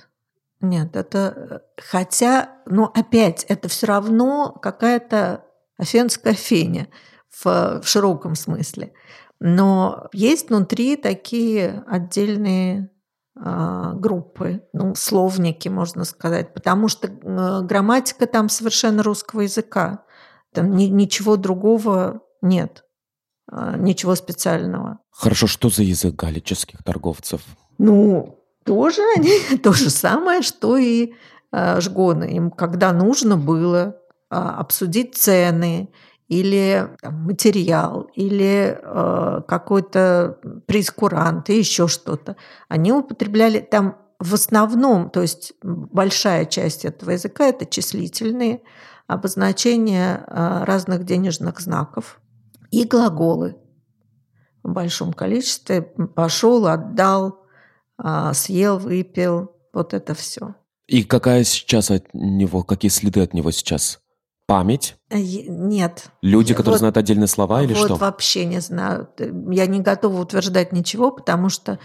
это… Хотя, опять, это все равно какая-то афенская феня в широком смысле. Но есть внутри такие отдельные группы, словники, можно сказать, потому что грамматика там совершенно русского языка. Там ничего другого нет, ничего специального. Хорошо, что за язык галических торговцев? Тоже они то же самое, что и жгоны. Им, когда нужно было обсудить цены, или материал, или какой-то прейскурант, и еще что-то. Они употребляли там в основном, то есть большая часть этого языка – это числительные обозначения разных денежных знаков и глаголы. в большом количестве, пошел, отдал, съел, выпил, вот это все. И какая сейчас от него, какие следы от него сейчас? Память? Нет. Люди, которые знают отдельные слова или что? Вот вообще не знаю. Я не готова утверждать ничего, потому что,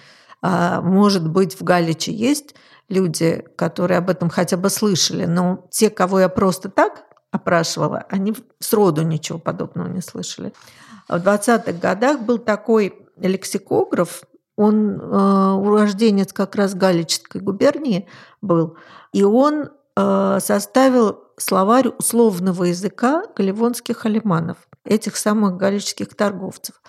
может быть, в Галиче есть люди, которые об этом хотя бы слышали, но те, кого я просто так опрашивала, они сроду ничего подобного не слышали. В 20-х годах был такой лексикограф, он урожденец как раз Галичской губернии был, и он составил словарь условного языка галивонских алиманов, этих самых галичских торговцев.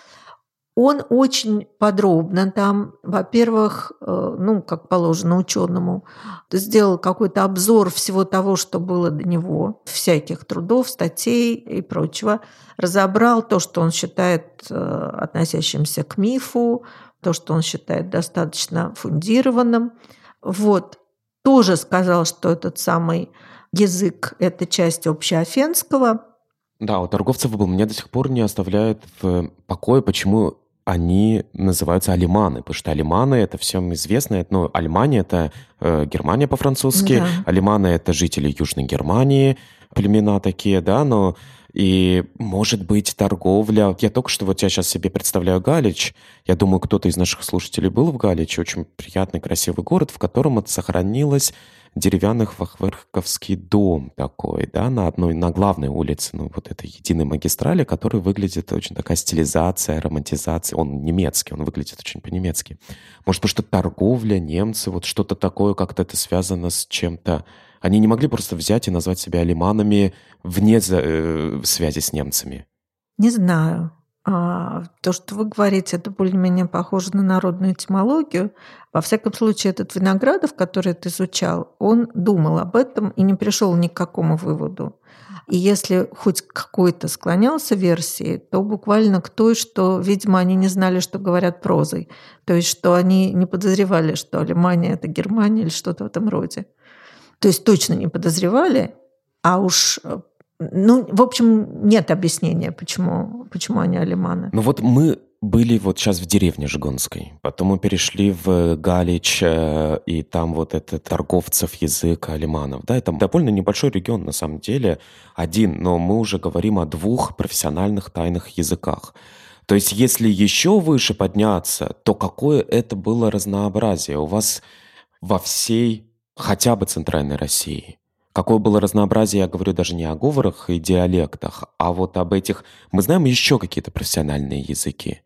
Он очень подробно там, во-первых, как положено ученому, сделал какой-то обзор всего того, что было до него, всяких трудов, статей и прочего, разобрал то, что он считает относящимся к мифу, то, что он считает достаточно фундированным. Вот. Тоже сказал, что этот самый язык – это часть общеофенского. Да, у торговцев был. Меня до сих пор не оставляет в покое, почему они называются алиманы, потому что алиманы – это всем известно. Альмания – это Германия по-французски, да. Алиманы – это жители Южной Германии, племена такие, да, но и, может быть, торговля. Я только что, я сейчас себе представляю Галич. Я думаю, кто-то из наших слушателей был в Галиче. Очень приятный, красивый город, в котором сохранилось деревянный фахверковский дом такой, да, на главной улице, этой единой магистрали, который выглядит очень такая стилизация, романтизация. Он немецкий, он выглядит очень по-немецки. Может, потому что торговля, немцы, что-то такое, как-то это связано с чем-то. Они не могли просто взять и назвать себя алиманами вне связи с немцами? Не знаю. То, что вы говорите, это более-менее похоже на народную этимологию. Во всяком случае, этот Виноградов, который ты изучал, он думал об этом и не пришел ни к какому выводу. И если хоть какой-то склонялся версии, то буквально к той, что, видимо, они не знали, что говорят прозой. То есть, что они не подозревали, что Алимания – это Германия или что-то в этом роде. То есть точно не подозревали, а уж... в общем, нет объяснения, почему они алиманы. Мы были сейчас в деревне Жгонской, потом мы перешли в Галич, и там этот торговцев язык алиманов. Да, это довольно небольшой регион на самом деле, один, но мы уже говорим о 2 профессиональных тайных языках. То есть если еще выше подняться, то какое это было разнообразие у вас во всей хотя бы центральной России? Какое было разнообразие, я говорю даже не о говорах и диалектах, а об этих... Мы знаем еще какие-то профессиональные языки?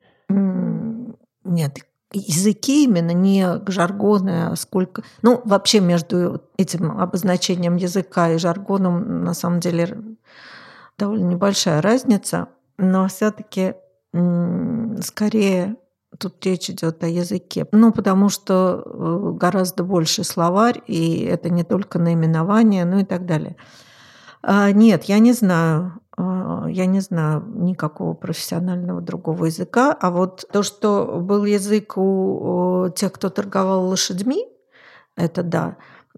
Нет, языки именно не жаргоны, а сколько... вообще между этим обозначением языка и жаргоном на самом деле довольно небольшая разница, но все-таки скорее... Тут речь идет о языке. Потому что гораздо больше словарь, и это не только наименование, и так далее. Нет, я не знаю. Я не знаю никакого профессионального другого языка. А то, что был язык у тех, кто торговал лошадьми, это да.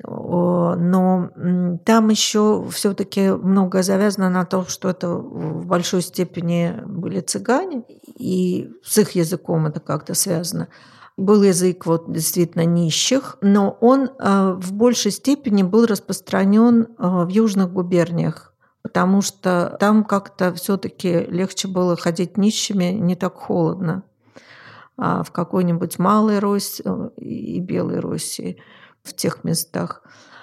Но там еще все-таки многое завязано на том, что это в большой степени были цыгане, и с их языком это как-то связано. Был язык действительно нищих, но он в большей степени был распространен в южных губерниях, потому что там как-то все-таки легче было ходить нищими, не так холодно. А в какой-нибудь Малой России и Белой России в тех местах.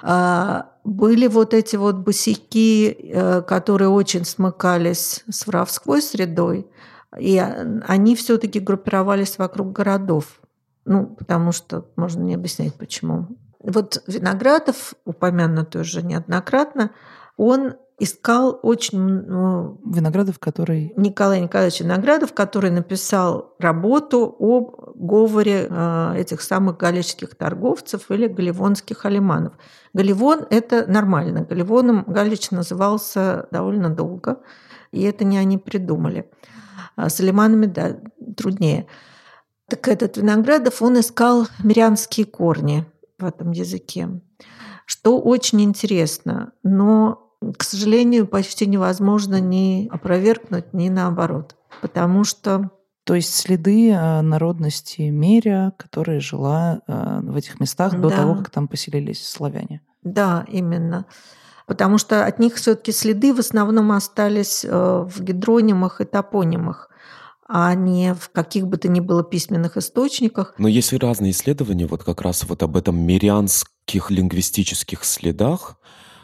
Были эти босяки, которые очень смыкались с воровской средой, и они все-таки группировались вокруг городов. Потому что можно не объяснять, почему. Виноградов, упомянутый уже неоднократно, он искал очень... Виноградов, который... Николай Николаевич Виноградов, который написал работу об говоре этих самых галичских торговцев или галивонских алиманов. Галивон – это нормально. Галивоном Галич назывался довольно долго, и это не они придумали. С алиманами, да, труднее. Так этот Виноградов, он искал мирянские корни в этом языке, что очень интересно, но, к сожалению, почти невозможно ни опровергнуть, ни наоборот. Потому что То есть следы народности Меря, которая жила в этих местах до того, Да, как там поселились славяне. да, именно. Потому что от них все-таки следы в основном остались в гидронимах и топонимах, а не в каких бы то ни было письменных источниках. Но есть и разные исследования вот как раз вот об этом мирянских лингвистических следах.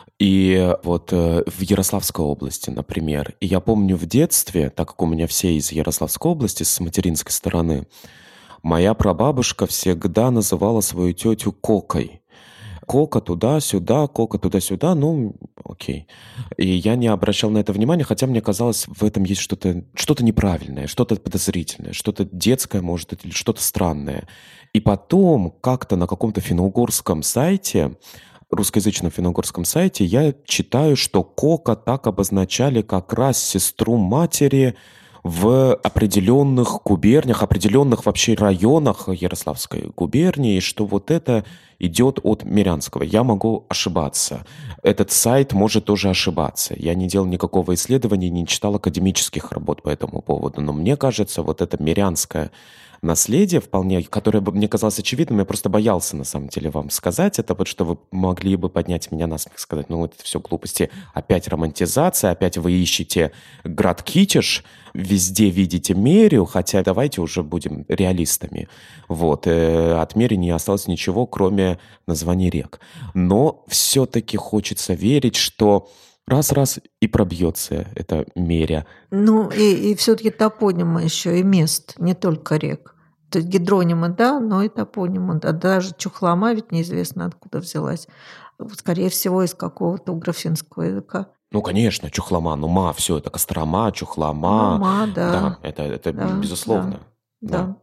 И вот в Ярославской области, например. И я помню в детстве, так как у меня все из Ярославской области, с материнской стороны, моя прабабушка всегда называла свою тетю Кокой. Кока туда-сюда, Кока туда-сюда, ну, окей. И я не обращал на это внимания, хотя мне казалось, в этом есть что-то неправильное, что-то подозрительное, что-то детское, может быть, или что-то странное. И потом как-то на каком-то финно-угорском сайте, русскоязычном финно-угорском сайте, я читаю, что Кока так обозначали как раз сестру матери в определенных губерниях, определенных вообще районах Ярославской губернии, и что вот это идет от Мирянского. Я могу ошибаться. Этот сайт может тоже ошибаться. Я не делал никакого исследования, не читал академических работ по этому поводу, но мне кажется, вот это мирянское наследие вполне, которое бы мне казалось очевидным, я просто боялся на самом деле вам сказать это, вот что вы могли бы поднять меня на смех, сказать, ну это все глупости, опять романтизация, опять вы ищете град Китеж, везде видите Мерию, хотя давайте уже будем реалистами. Вот, от Мерии не осталось ничего, кроме названий рек. Но все-таки хочется верить, что раз-раз и пробьется эта Меря. Ну, и все-таки топонимы еще и мест, не только рек. То есть гидронимы, да, но и топонимы. Да. Даже Чухлома ведь неизвестно откуда взялась. Скорее всего, из какого-то угрофинского языка. Ну, конечно, Чухлома, ну, все это Кострома, Чухлома. Ма, да. Да, это Да, безусловно. Да.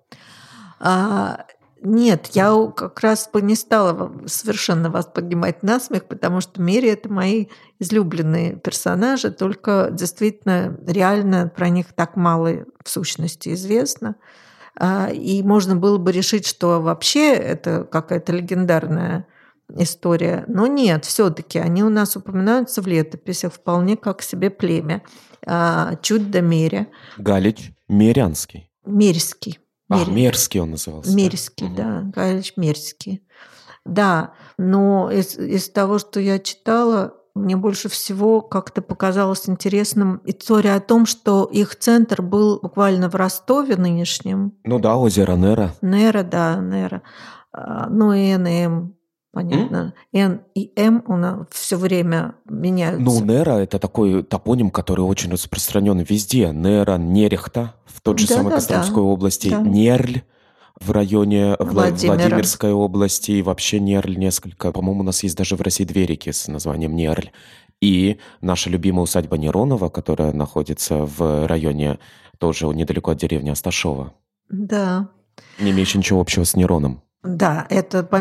Нет, я как раз бы не стала совершенно вас поднимать на смех, потому что Мерия – это мои излюбленные персонажи, только действительно реально про них так мало в сущности известно. И можно было бы решить, что вообще это какая-то легендарная история. Но нет, все-таки они у нас упоминаются в летописях вполне как себе племя. Чуть до Меря. Галич Мерянский. Мерьский. Мерский он назывался. Мерьский, да, Галич Мерьский. Да, но из того, что я читала, мне больше всего как-то показалось интересным история о том, что их центр был буквально в Ростове нынешнем. Ну да, озеро Нера. Нера. Ну и Н и М, понятно. Н и М у нас все время меняются. Ну, Нера – это такой топоним, который очень распространен везде. Нера, Нерехта в той же самой Костромской области, да. Нерль в районе Владимирской области, и вообще Нерль несколько. По-моему, у нас есть даже в России 2 реки с названием Нерль. И наша любимая усадьба Неронова, которая находится в районе тоже недалеко от деревни Асташова. Да. Не имеющая ничего общего с Нероном. Да, это по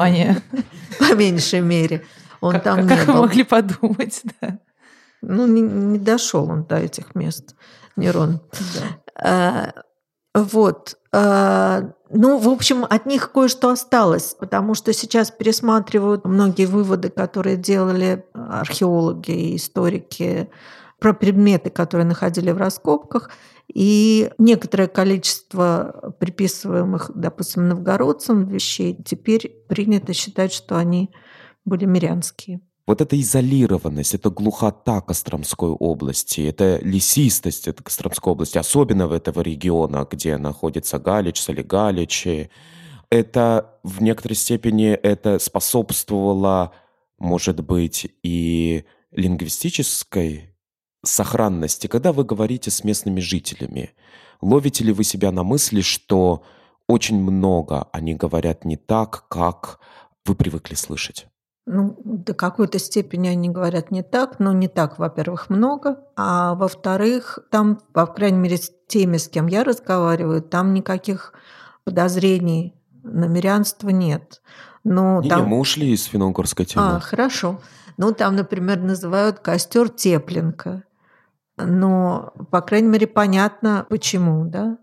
меньшей мере. Он там не был. Как вы могли подумать, да. Ну, не дошел он до этих мест, Нерон. Да. Вот. Ну, в общем, от них кое-что осталось, потому что сейчас пересматривают многие выводы, которые делали археологи и историки про предметы, которые находили в раскопках, и некоторое количество приписываемых, допустим, новгородцам вещей теперь принято считать, что они были мирянские. Вот эта изолированность, это глухота Костромской области, это лесистость этой Костромской области, особенно в этого региона, где находится Галич, Солигаличи, это в некоторой степени это способствовало, может быть, и лингвистической сохранности. Когда вы говорите с местными жителями, ловите ли вы себя на мысли, что очень много они говорят не так, как вы привыкли слышать? Ну, до какой-то степени они говорят не так, но не так, во-первых, много, а во-вторых, там, по крайней мере, с теми, с кем я разговариваю, там никаких подозрений на мирянство нет. Но не, там... мы ушли из финно-угорской темы. Хорошо. Ну, там, например, называют костер Тепленко. Но, по крайней мере, понятно, почему, да?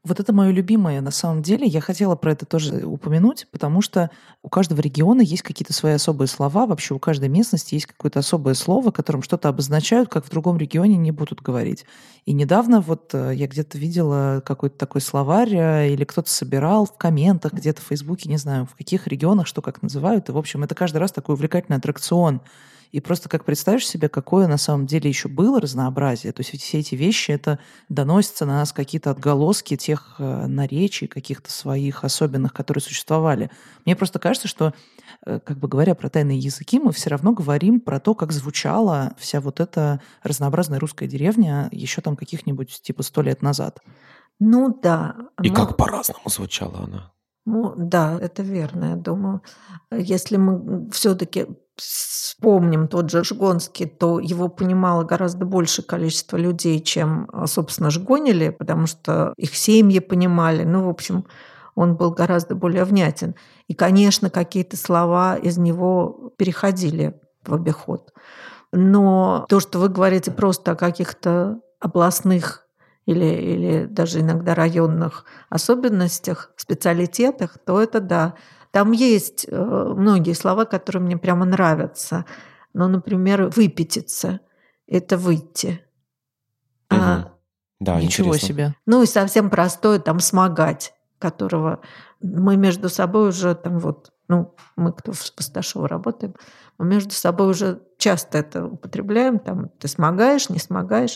Вот это мое любимое на самом деле. Я хотела про это тоже упомянуть, потому что у каждого региона есть какие-то свои особые слова. Вообще у каждой местности есть какое-то особое слово, которым что-то обозначают, как в другом регионе не будут говорить. И недавно вот я где-то видела какой-то такой словарь, или кто-то собирал в комментах где-то в Фейсбуке, не знаю, в каких регионах, что как называют. И, в общем, это каждый раз такой увлекательный аттракцион. И просто как представишь себе, какое на самом деле еще было разнообразие. То есть ведь все эти вещи, это доносятся на нас какие-то отголоски тех наречий, каких-то своих особенных, которые существовали. Мне просто кажется, что, как бы говоря про тайные языки, мы все равно говорим про то, как звучала вся вот эта разнообразная русская деревня еще там каких-нибудь типа 100 лет назад. Ну да. И как по-разному звучала она. Ну да, это верно, я думаю. Если мы все-таки вспомним тот же Жгонский, то его понимало гораздо большее количество людей, чем, собственно, жгонили, потому что их семьи понимали. Ну, в общем, он был гораздо более внятен. И, конечно, какие-то слова из него переходили в обиход. Но то, что вы говорите просто о каких-то областных или даже иногда районных особенностях, специалитетах, то это да. Там есть многие слова, которые мне прямо нравятся. Ну, например, «выпятиться» — это «выйти». Да, Ничего интересно. себе. Ну и совсем простое там «смогать», которого мы между собой уже там вот, ну, мы, кто в Посташово работаем, мы между собой уже часто это употребляем, там ты смогаешь, не смогаешь.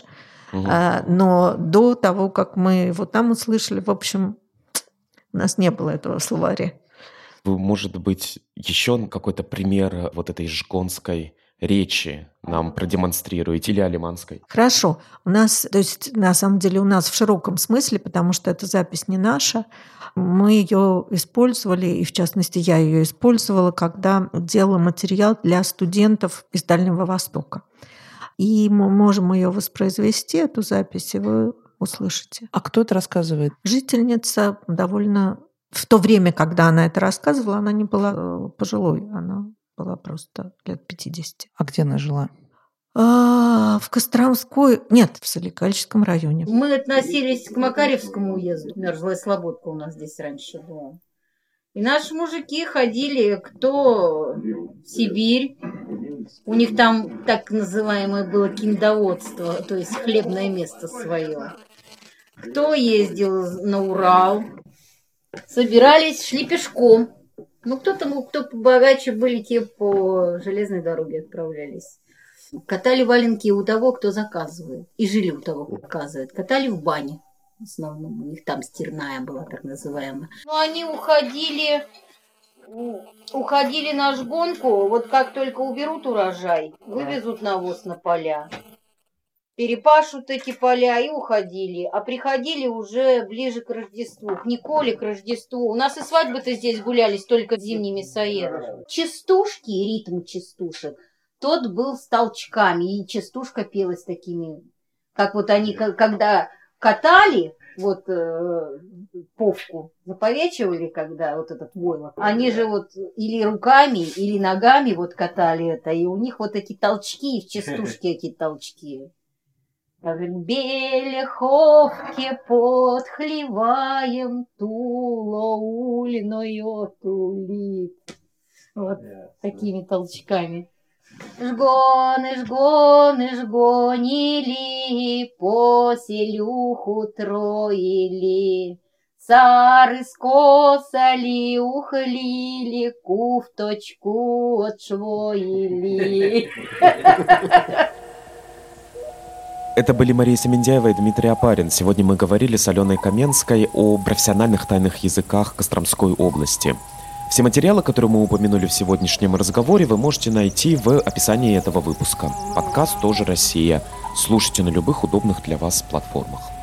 Но до того, как мы его там услышали, в общем, у нас не было этого словаря. Вы, может быть, еще какой-то пример вот этой жгонской речи нам продемонстрируете или алиманской? Хорошо. У нас, то есть, на самом деле, у нас в широком смысле, потому что эта запись не наша, мы ее использовали, и в частности, я ее использовала, когда делала материал для студентов из Дальнего Востока. И мы можем ее воспроизвести, эту запись, и вы услышите. А кто это рассказывает? Жительница довольно... В то время, когда она это рассказывала, она не была пожилой, она была просто лет 50. А где она жила? В Костромской... Нет, в Соликамском районе. Мы относились к Макаревскому уезду. Мерзлая слободка у нас здесь раньше была. И наши мужики ходили, кто в Сибирь. У них там так называемое было киндоводство, то есть хлебное место свое. Кто ездил на Урал. Собирались, шли пешком. Ну, кто побогаче были, те по железной дороге отправлялись. Катали валенки у того, кто заказывает. И жили у того, кто заказывает. Катали в бане. В основном у них там стирная была, так называемая. Но они уходили на жгонку. Вот как только уберут урожай, вывезут навоз на поля. Перепашут эти поля и уходили. А приходили уже ближе к Рождеству, к Николе, к Рождеству. У нас и свадьбы-то здесь гулялись только зимними мясоедами. Частушки, ритм частушек, тот был с толчками. И частушка пелась такими, как вот они, когда катали вот повку, заповечивали, когда вот этот войлок. Они же вот или руками, или ногами вот катали это. И у них вот эти толчки, в частушке эти толчки. К Белеховке подхлеваем, Тула ульною тулит. Вот такими толчками. Жгоны, жгоны, жгонили, поселюху троили. Цары скосали, ухлили, куфточку отшвоили. Это были Мария Семендяева и Дмитрий Опарин. Сегодня мы говорили с Аленой Каменской о профессиональных тайных языках Костромской области. Все материалы, которые мы упомянули в сегодняшнем разговоре, вы можете найти в описании этого выпуска. Подкаст «Тоже Россия». Слушайте на любых удобных для вас платформах.